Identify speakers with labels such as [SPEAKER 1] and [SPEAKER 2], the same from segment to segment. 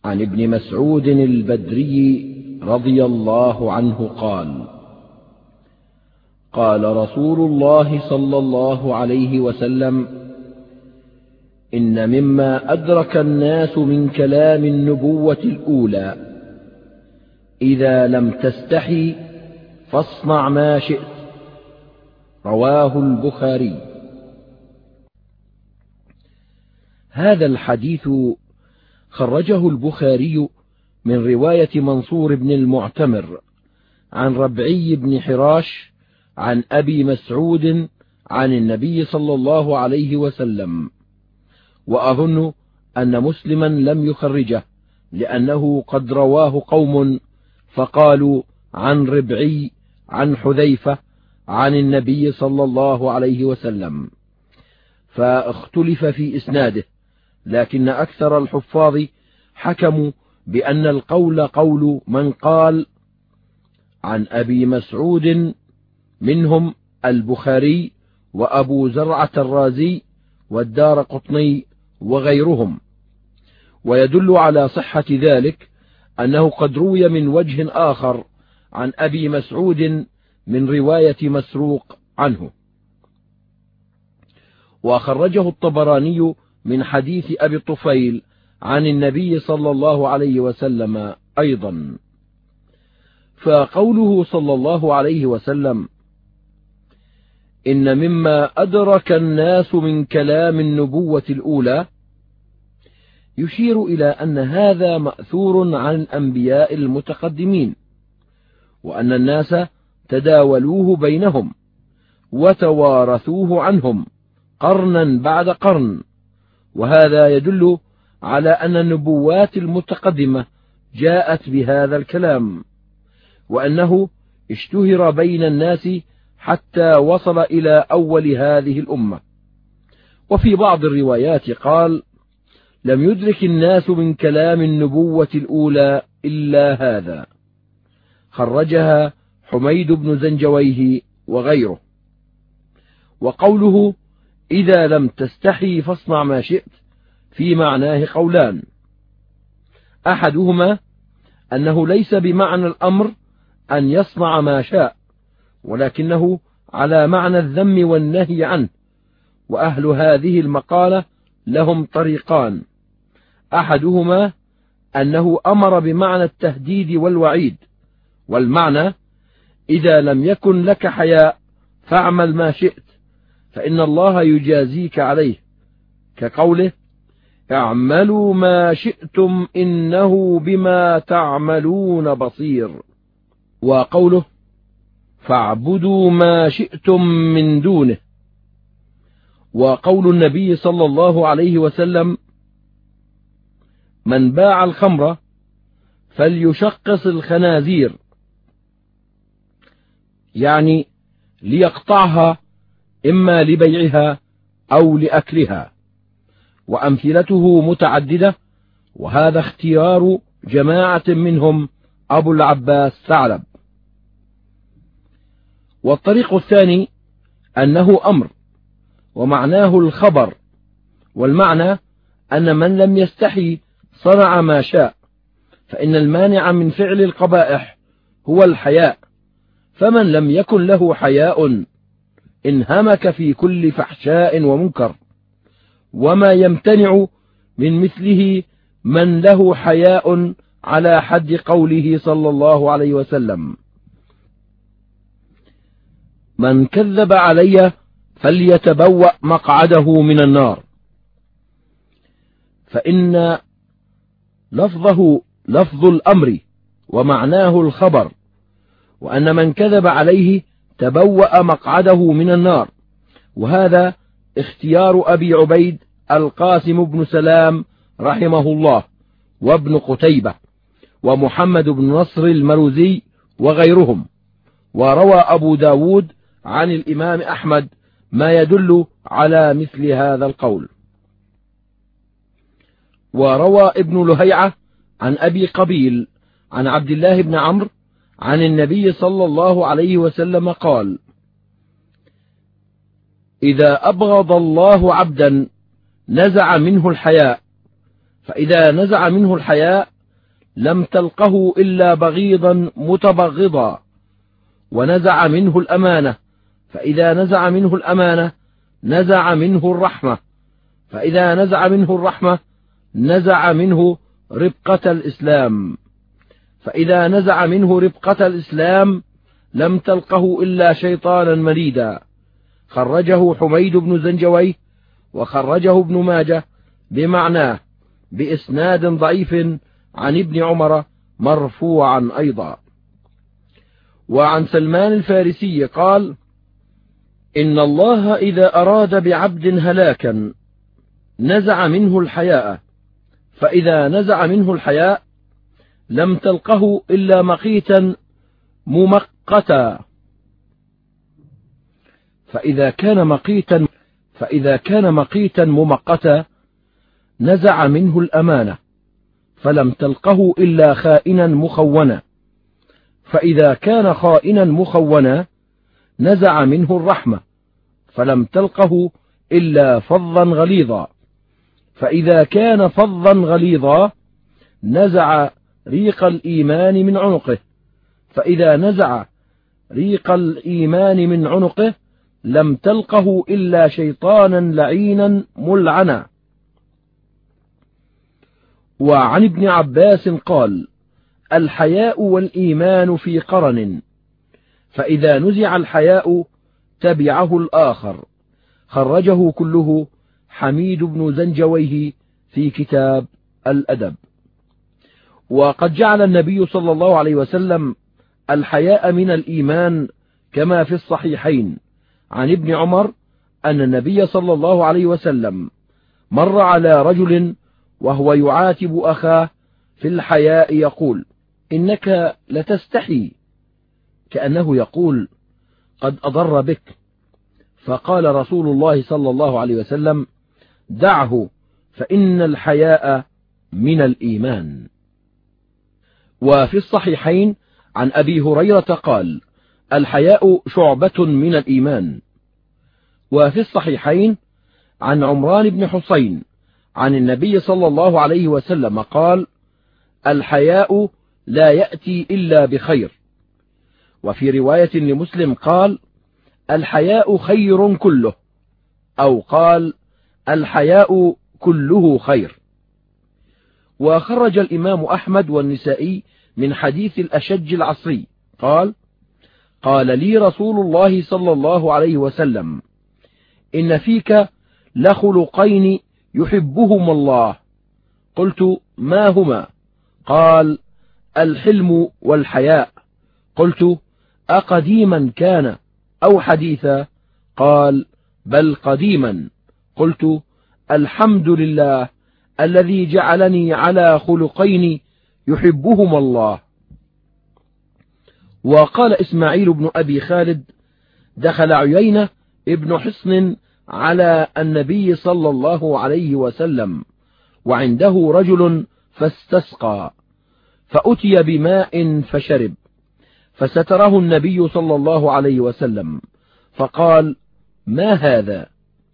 [SPEAKER 1] عن ابن مسعود البدري رضي الله عنه قال: قال رسول الله صلى الله عليه وسلم: إن مما أدرك الناس من كلام النبوة الأولى: إذا لم تستحي فاصنع ما شئت. رواه البخاري. هذا الحديث خرجه البخاري من رواية منصور بن المعتمر عن ربعي بن حراش عن أبي مسعود عن النبي صلى الله عليه وسلم، وأظن أن مسلما لم يخرجه، لأنه قد رواه قوم فقالوا عن ربعي عن حذيفة عن النبي صلى الله عليه وسلم، فاختلف في إسناده، لكن أكثر الحفاظ حكموا بأن القول قول من قال عن أبي مسعود، منهم البخاري وأبو زرعة الرازي والدارقطني وغيرهم. ويدل على صحة ذلك أنه قد روي من وجه آخر عن أبي مسعود من رواية مسروق عنه. وخرجه الطبراني من حديث أبي الطفيل عن النبي صلى الله عليه وسلم أيضا. فقوله صلى الله عليه وسلم: إن مما أدرك الناس من كلام النبوة الأولى، يشير إلى أن هذا مأثور عن الأنبياء المتقدمين، وأن الناس تداولوه بينهم وتوارثوه عنهم قرنا بعد قرن، وهذا يدل على أن النبوات المتقدمة جاءت بهذا الكلام، وأنه اشتهر بين الناس حتى وصل إلى أول هذه الأمة. وفي بعض الروايات قال: لم يدرك الناس من كلام النبوة الأولى إلا هذا. خرجها حميد بن زنجويه وغيره. وقوله: إذا لم تستحي فاصنع ما شئت، في معناه قولان: أحدهما أنه ليس بمعنى الأمر أن يصنع ما شاء، ولكنه على معنى الذم والنهي عنه. وأهل هذه المقالة لهم طريقان: أحدهما أنه أمر بمعنى التهديد والوعيد، والمعنى: إذا لم يكن لك حياء فاعمل ما شئت فإن الله يجازيك عليه، كقوله: اعملوا ما شئتم إنه بما تعملون بصير. وقوله: فاعبدوا ما شئتم من دونه. وقول النبي صلى الله عليه وسلم: من باع الخمر فليشقص الخنازير، يعني ليقطعها إما لبيعها أو لأكلها. وأمثلته متعددة، وهذا اختيار جماعة منهم أبو العباس ثعلب. والطريق الثاني أنه أمر، ومعناه الخبر، والمعنى أن من لم يستحي صنع ما شاء، فإن المانع من فعل القبائح هو الحياء، فمن لم يكن له حياء انهمك في كل فحشاء ومنكر. وما يمتنع من مثله من له حياء، على حد قوله صلى الله عليه وسلم: من كذب علي فليتبوأ مقعده من النار. فإن لفظه لفظ الأمر ومعناه الخبر، وأن من كذب عليه تبوأ مقعده من النار. وهذا اختيار أبي عبيد القاسم بن سلام رحمه الله، وابن قتيبة، ومحمد بن نصر المروزي وغيرهم. وروى أبو داود عن الإمام أحمد ما يدل على مثل هذا القول. وروى ابن لهيعة عن أبي قبيل عن عبد الله بن عمرو عن النبي صلى الله عليه وسلم قال: إذا أبغض الله عبدا نزع منه الحياء، فإذا نزع منه الحياء لم تلقه إلا بغيضا متبغضا، ونزع منه الأمانة، فإذا نزع منه الأمانة نزع منه الرحمة، فإذا نزع منه الرحمة نزع منه ربقة الإسلام، فإذا نزع منه ربقة الإسلام لم تلقه إلا شيطانا مريدا. خرجه حميد بن زنجويه وخرجه ابن ماجه بمعناه بإسناد ضعيف عن ابن عمر مرفوعا أيضا. وعن سلمان الفارسي قال: إن الله إذا أراد بعبد هلاكا نزع منه الحياء، فإذا نزع منه الحياء لم تلقه إلا مقيتا ممقتا، فإذا كان مقيتا ممقتا نزع منه الأمانة، فلم تلقه إلا خائنا مخونا، فإذا كان خائنا مخونا نزع منه الرحمة، فلم تلقه إلا فظا غليظا، فإذا كان فظا غليظا نزع ريق الإيمان من عنقه، فإذا نزع ريق الإيمان من عنقه لم تلقه إلا شيطانا لعينا ملعنا. وعن ابن عباس قال: الحياء والإيمان في قرن، فإذا نزع الحياء تبعه الآخر. خرجه كله حميد بن زنجويه في كتاب الأدب. وقد جعل النبي صلى الله عليه وسلم الحياء من الإيمان، كما في الصحيحين عن ابن عمر أن النبي صلى الله عليه وسلم مر على رجل وهو يعاتب أخاه في الحياء يقول: إنك لتستحي، كأنه يقول: قد أضر بك. فقال رسول الله صلى الله عليه وسلم: دعه، فإن الحياء من الإيمان. وفي الصحيحين عن أبي هريرة قال: الحياء شعبة من الإيمان. وفي الصحيحين عن عمران بن حسين عن النبي صلى الله عليه وسلم قال: الحياء لا يأتي إلا بخير. وفي رواية لمسلم قال: الحياء خير كله، أو قال: الحياء كله خير. وخرج الإمام أحمد والنسائي من حديث الأشج العصري قال: قال لي رسول الله صلى الله عليه وسلم: إن فيك لخلقين يحبهما الله. قلت: ما هما؟ قال: الحلم والحياء. قلت: أقديما كان أو حديثا؟ قال: بل قديما. قلت: الحمد لله الذي جعلني على خلقين يحبهما الله. وقال إسماعيل بن أبي خالد: دخل عيينة ابن حصن على النبي صلى الله عليه وسلم وعنده رجل فاستسقى، فأتي بماء فشرب، فستره النبي صلى الله عليه وسلم فقال: ما هذا؟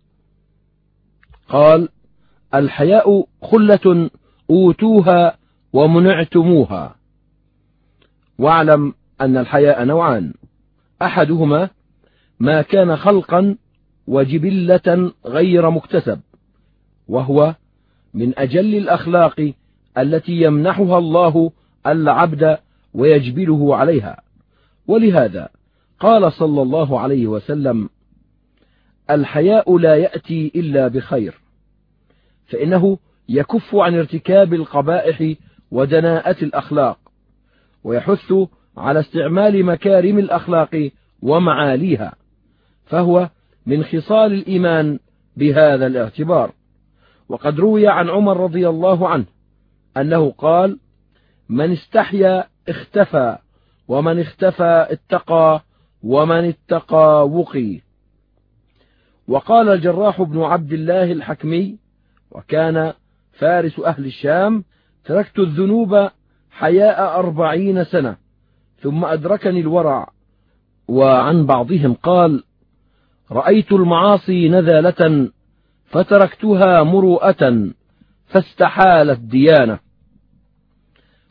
[SPEAKER 1] قال: الحياء خلة أوتوها ومنعتموها. واعلم أن الحياء نوعان: أحدهما ما كان خلقا وجبلة غير مكتسب، وهو من أجل الأخلاق التي يمنحها الله العبد ويجبله عليها. ولهذا قال صلى الله عليه وسلم: الحياء لا يأتي إلا بخير، فإنه يكف عن ارتكاب القبائح ودناءة الأخلاق، ويحث على استعمال مكارم الأخلاق ومعاليها، فهو من خصال الإيمان بهذا الاعتبار. وقد روي عن عمر رضي الله عنه أنه قال: من استحيا اختفى، ومن اختفى اتقى، ومن اتقى وقي. وقال الجراح بن عبد الله الحكمي، وكان فارس أهل الشام: تركت الذنوب حياء 40 سنة ثم أدركني الورع. وعن بعضهم قال: رأيت المعاصي نذالة فتركتها مروءة فاستحالت ديانة.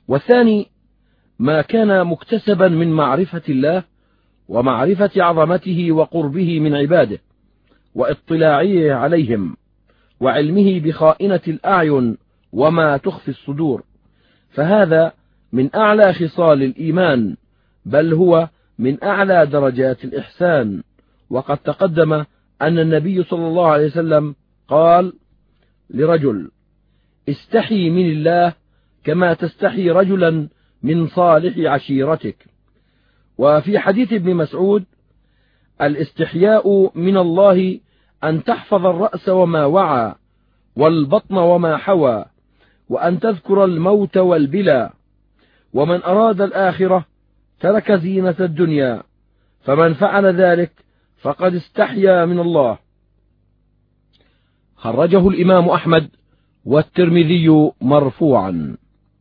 [SPEAKER 1] والثاني ما كان مكتسبا من معرفة الله ومعرفة عظمته وقربه من عباده واطلاعه عليهم وعلمه بخائنة الأعين وما تخفي الصدور، فهذا من أعلى خصال الإيمان، بل هو من أعلى درجات الإحسان. وقد تقدم أن النبي صلى الله عليه وسلم قال لرجل: استحي من الله كما تستحي رجلا من صالح عشيرتك. وفي حديث ابن مسعود: الاستحياء من الله أن تحفظ الرأس وما وعى والبطن وما حوى وأن تذكر الموت والبلى، ومن أراد الآخرة ترك زينة الدنيا، فمن فعل ذلك فقد استحيا من الله. خرجه الإمام أحمد والترمذي مرفوعا.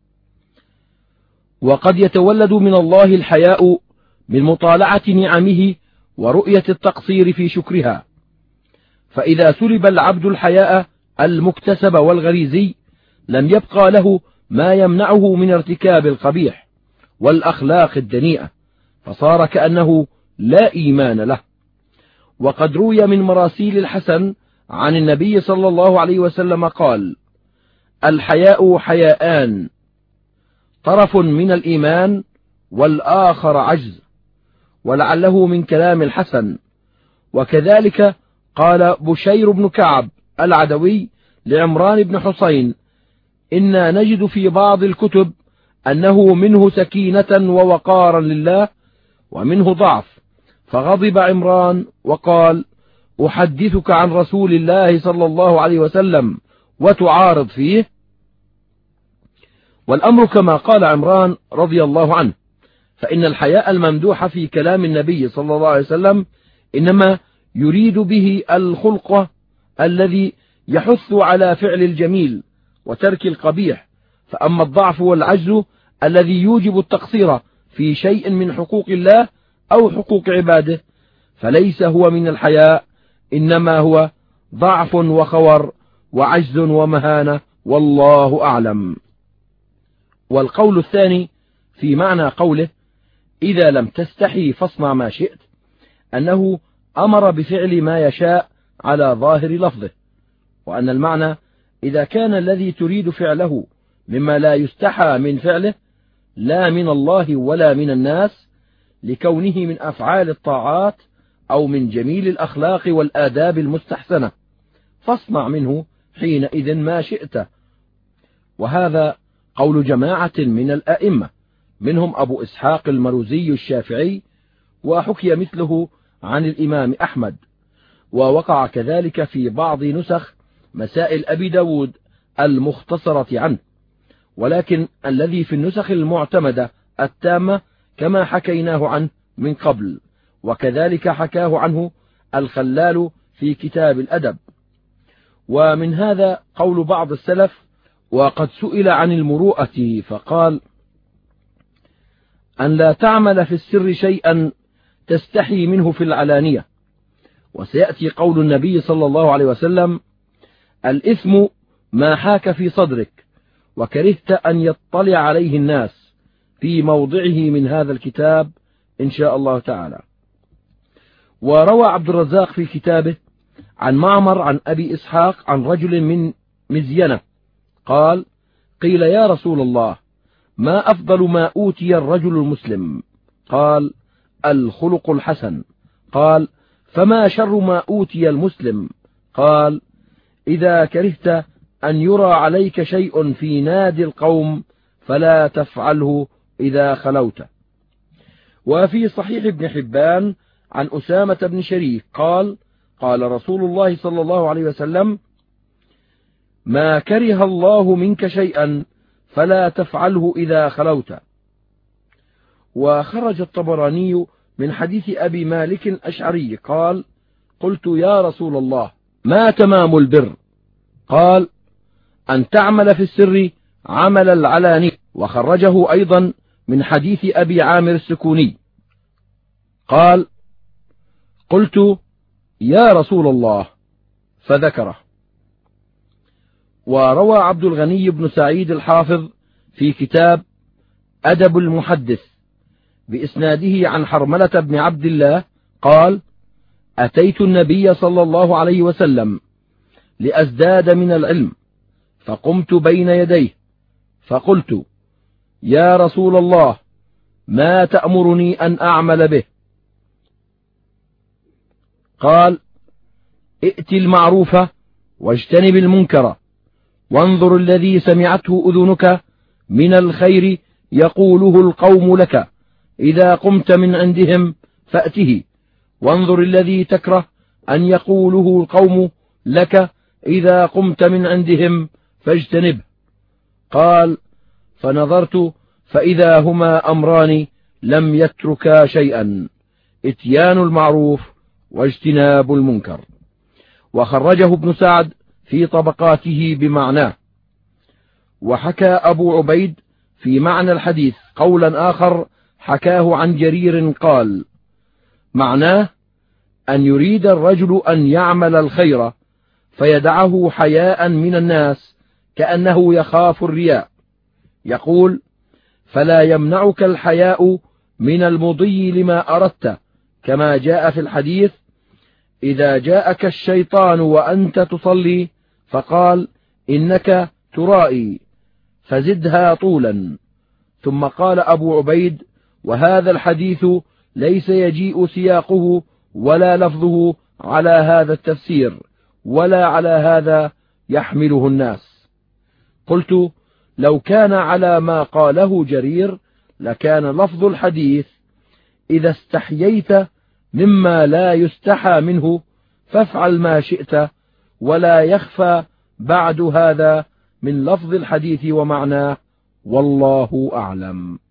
[SPEAKER 1] وقد يتولد من الله الحياء من مطالعة نعمه ورؤية التقصير في شكرها، فإذا سلب العبد الحياء المكتسب والغريزي لم يبقى له ما يمنعه من ارتكاب القبيح والأخلاق الدنيئة، فصار كأنه لا إيمان له. وقد روي من مراسيل الحسن عن النبي صلى الله عليه وسلم قال: الحياء حياءان، طرف من الإيمان والآخر عجز، ولعله من كلام الحسن. وكذلك قال بشير بن كعب العدوي لعمران بن حسين: إنا نجد في بعض الكتب أنه منه سكينة ووقارا لله ومنه ضعف، فغضب عمران وقال: أحدثك عن رسول الله صلى الله عليه وسلم وتعارض فيه؟ والأمر كما قال عمران رضي الله عنه، فإن الحياء الممدوح في كلام النبي صلى الله عليه وسلم إنما يريد به الخلق الذي يحث على فعل الجميل وترك القبيح، فأما الضعف والعجز الذي يوجب التقصير في شيء من حقوق الله أو حقوق عباده فليس هو من الحياء، إنما هو ضعف وخور وعجز ومهانة، والله أعلم. والقول الثاني في معنى قوله: إذا لم تستحي فاصنع ما شئت، أنه أمر بفعل ما يشاء على ظاهر لفظه، وأن المعنى إذا كان الذي تريد فعله مما لا يستحى من فعله لا من الله ولا من الناس، لكونه من أفعال الطاعات أو من جميل الأخلاق والآداب المستحسنة، فاصنع منه حينئذ ما شئت. وهذا قول جماعة من الأئمة، منهم أبو إسحاق المروزي الشافعي، وحكي مثله عن الإمام أحمد، ووقع كذلك في بعض نسخ مسائل أبي داود المختصرة عنه، ولكن الذي في النسخ المعتمدة التامة كما حكيناه عنه من قبل، وكذلك حكاه عنه الخلال في كتاب الأدب. ومن هذا قول بعض السلف: وقد سئل عن المروءة فقال: أن لا تعمل في السر شيئا تستحي منه في العلانية. وسيأتي قول النبي صلى الله عليه وسلم: الإثم ما حاك في صدرك وكرهت أن يطلع عليه الناس، في موضعه من هذا الكتاب إن شاء الله تعالى. وروى عبد الرزاق في كتابه عن معمر عن أبي إسحاق عن رجل من مزينة قال: قيل يا رسول الله، ما أفضل ما أوتي الرجل المسلم؟ قال: الخلق الحسن. قال: فما شر ما أوتي المسلم؟ قال: إذا كرهت أن يرى عليك شيء في نادي القوم فلا تفعله إذا خلوت. وفي صحيح ابن حبان عن أسامة بن شريك قال: قال رسول الله صلى الله عليه وسلم: ما كره الله منك شيئا فلا تفعله إذا خلوت. وخرج الطبراني من حديث أبي مالك الأشعري قال: قلت يا رسول الله، ما تمام البر؟ قال: أن تعمل في السر عمل العلاني. وخرجه أيضا من حديث أبي عامر السكوني قال: قلت يا رسول الله، فذكره. وروى عبد الغني بن سعيد الحافظ في كتاب أدب المحدث بإسناده عن حرملة بن عبد الله قال: أتيت النبي صلى الله عليه وسلم لأزداد من العلم، فقمت بين يديه فقلت: يا رسول الله، ما تأمرني أن أعمل به؟ قال: ائت المعروف واجتنب المنكر، وانظر الذي سمعته أذنك من الخير يقوله القوم لك إذا قمت من عندهم فأته، وانظر الذي تكره أن يقوله القوم لك إذا قمت من عندهم فاجتنبه. قال: فنظرت فإذا هما أمران لم يتركا شيئا: اتيان المعروف واجتناب المنكر. وخرجه ابن سعد في طبقاته بمعناه. وحكى أبو عبيد في معنى الحديث قولا آخر حكاه عن جرير قال: معناه أن يريد الرجل أن يعمل الخير فيدعه حياء من الناس كأنه يخاف الرياء، يقول: فلا يمنعك الحياء من المضي لما أردت، كما جاء في الحديث: إذا جاءك الشيطان وأنت تصلي فقال: إنك ترائي، فزدها طولا. ثم قال أبو عبيد: وهذا الحديث ليس يجيء سياقه ولا لفظه على هذا التفسير ولا على هذا يحمله الناس. قلت: لو كان على ما قاله جرير لكان لفظ الحديث: إذا استحييت مما لا يستحى منه فافعل ما شئت، ولا يخفى بعد هذا من لفظ الحديث ومعناه، والله أعلم.